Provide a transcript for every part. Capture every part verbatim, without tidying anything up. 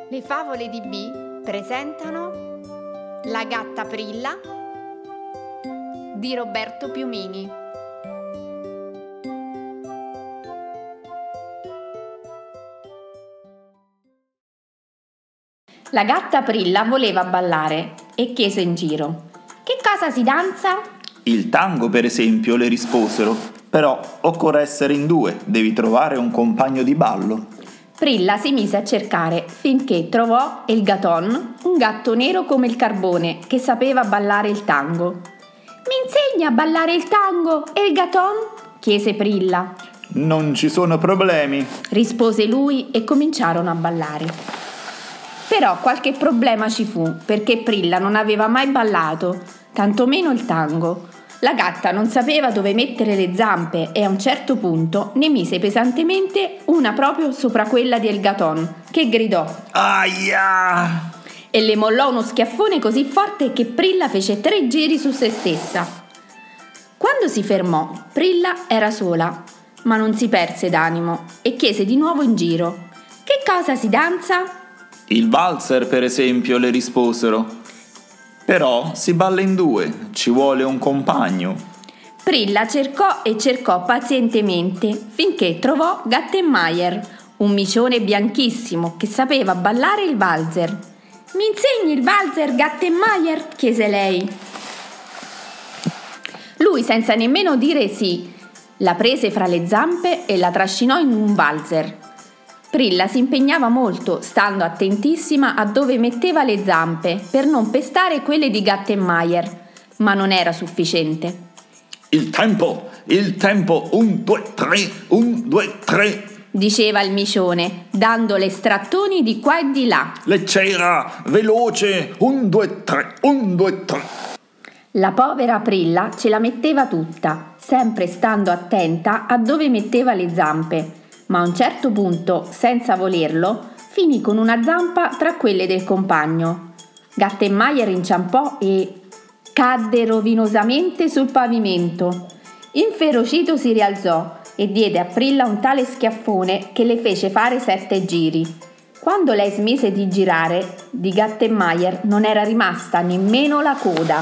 Le favole di B presentano La gatta Prilla di Roberto Piumini. La gatta Prilla voleva ballare e chiese in giro: «Che cosa si danza?» «Il tango, per esempio», le risposero. «Però occorre essere in due, devi trovare un compagno di ballo». Prilla si mise a cercare finché trovò El Gaton, un gatto nero come il carbone che sapeva ballare il tango. «Mi insegni a ballare il tango, El Gaton?» chiese Prilla. «Non ci sono problemi», rispose lui e cominciarono a ballare. Però qualche problema ci fu, perché Prilla non aveva mai ballato, tantomeno il tango. La gatta non sapeva dove mettere le zampe e a un certo punto ne mise pesantemente una proprio sopra quella di El Gaton, che gridò «Aia!» e le mollò uno schiaffone così forte che Prilla fece tre giri su se stessa. Quando si fermò, Prilla era sola, ma non si perse d'animo e chiese di nuovo in giro: «Che cosa si danza?» «Il valzer, per esempio», le risposero. «Però si balla in due, ci vuole un compagno». Prilla cercò e cercò pazientemente finché trovò Gattenmeier, un micione bianchissimo che sapeva ballare il valzer. «Mi insegni il valzer, Gattenmeier?» chiese lei. Lui, senza nemmeno dire sì, la prese fra le zampe e la trascinò in un valzer. Prilla si impegnava molto, stando attentissima a dove metteva le zampe per non pestare quelle di Gattenmeier, ma non era sufficiente. «Il tempo, il tempo, un, due, tre, un, due, tre», diceva il micione, dandole strattoni di qua e di là. «Leggera, veloce, un, due, tre, un, due, tre». La povera Prilla ce la metteva tutta, sempre stando attenta a dove metteva le zampe, ma a un certo punto, senza volerlo, finì con una zampa tra quelle del compagno. Gattenmeier inciampò e cadde rovinosamente sul pavimento. Inferocito si rialzò e diede a Prilla un tale schiaffone che le fece fare sette giri. Quando lei smise di girare, di Gattenmeier non era rimasta nemmeno la coda.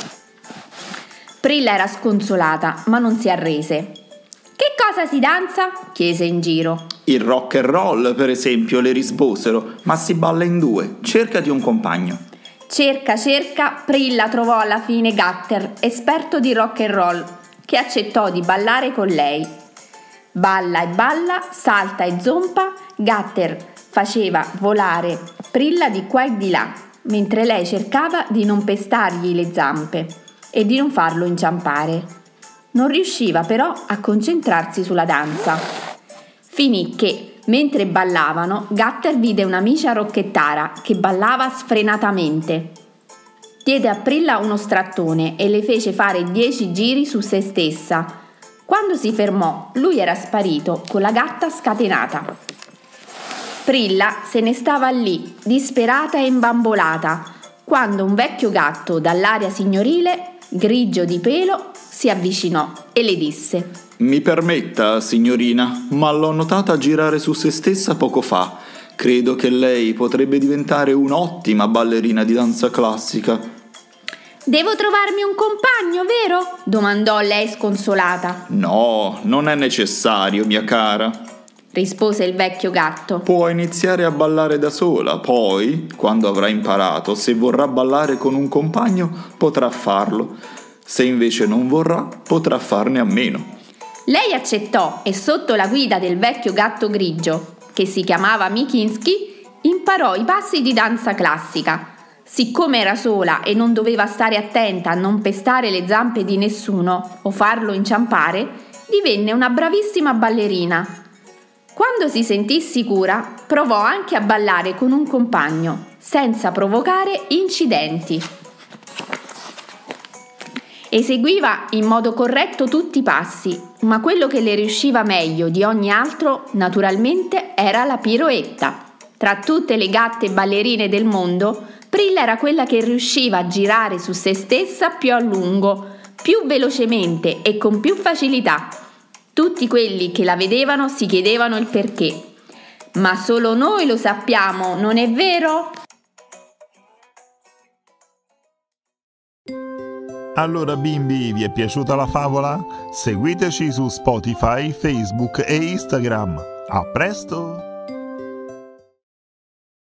Prilla era sconsolata, ma non si arrese. «Che cosa si danza?» chiese in giro. «Il rock and roll, per esempio», le risposero. «Ma si balla in due, cercati un compagno». Cerca, cerca, Prilla trovò alla fine Gatter, esperto di rock and roll, che accettò di ballare con lei. Balla e balla, salta e zompa, Gatter faceva volare Prilla di qua e di là, mentre lei cercava di non pestargli le zampe e di non farlo inciampare. Non riusciva però a concentrarsi sulla danza. Finì che, mentre ballavano, Gatter vide una micia rocchettara che ballava sfrenatamente. Diede a Prilla uno strattone e le fece fare dieci giri su se stessa. Quando si fermò, lui era sparito con la gatta scatenata. Prilla se ne stava lì, disperata e imbambolata, quando un vecchio gatto dall'aria signorile, grigio di pelo, si avvicinò e le disse: «Mi permetta, signorina, ma l'ho notata girare su se stessa poco fa. Credo che lei potrebbe diventare un'ottima ballerina di danza classica». «Devo trovarmi un compagno, vero?» domandò lei sconsolata. «No, non è necessario, mia cara», rispose il vecchio gatto. «Può iniziare a ballare da sola, poi, quando avrà imparato, se vorrà ballare con un compagno, potrà farlo. Se invece non vorrà, potrà farne a meno». Lei accettò e sotto la guida del vecchio gatto grigio, che si chiamava Mikinski, imparò i passi di danza classica. Siccome era sola e non doveva stare attenta a non pestare le zampe di nessuno o farlo inciampare, divenne una bravissima ballerina. Quando si sentì sicura, provò anche a ballare con un compagno, senza provocare incidenti. Eseguiva in modo corretto tutti i passi, ma quello che le riusciva meglio di ogni altro, naturalmente, era la piroetta. Tra tutte le gatte ballerine del mondo, Prilla era quella che riusciva a girare su se stessa più a lungo, più velocemente e con più facilità. Tutti quelli che la vedevano si chiedevano il perché. Ma solo noi lo sappiamo, non è vero? Allora bimbi, vi è piaciuta la favola? Seguiteci su Spotify, Facebook e Instagram. A presto!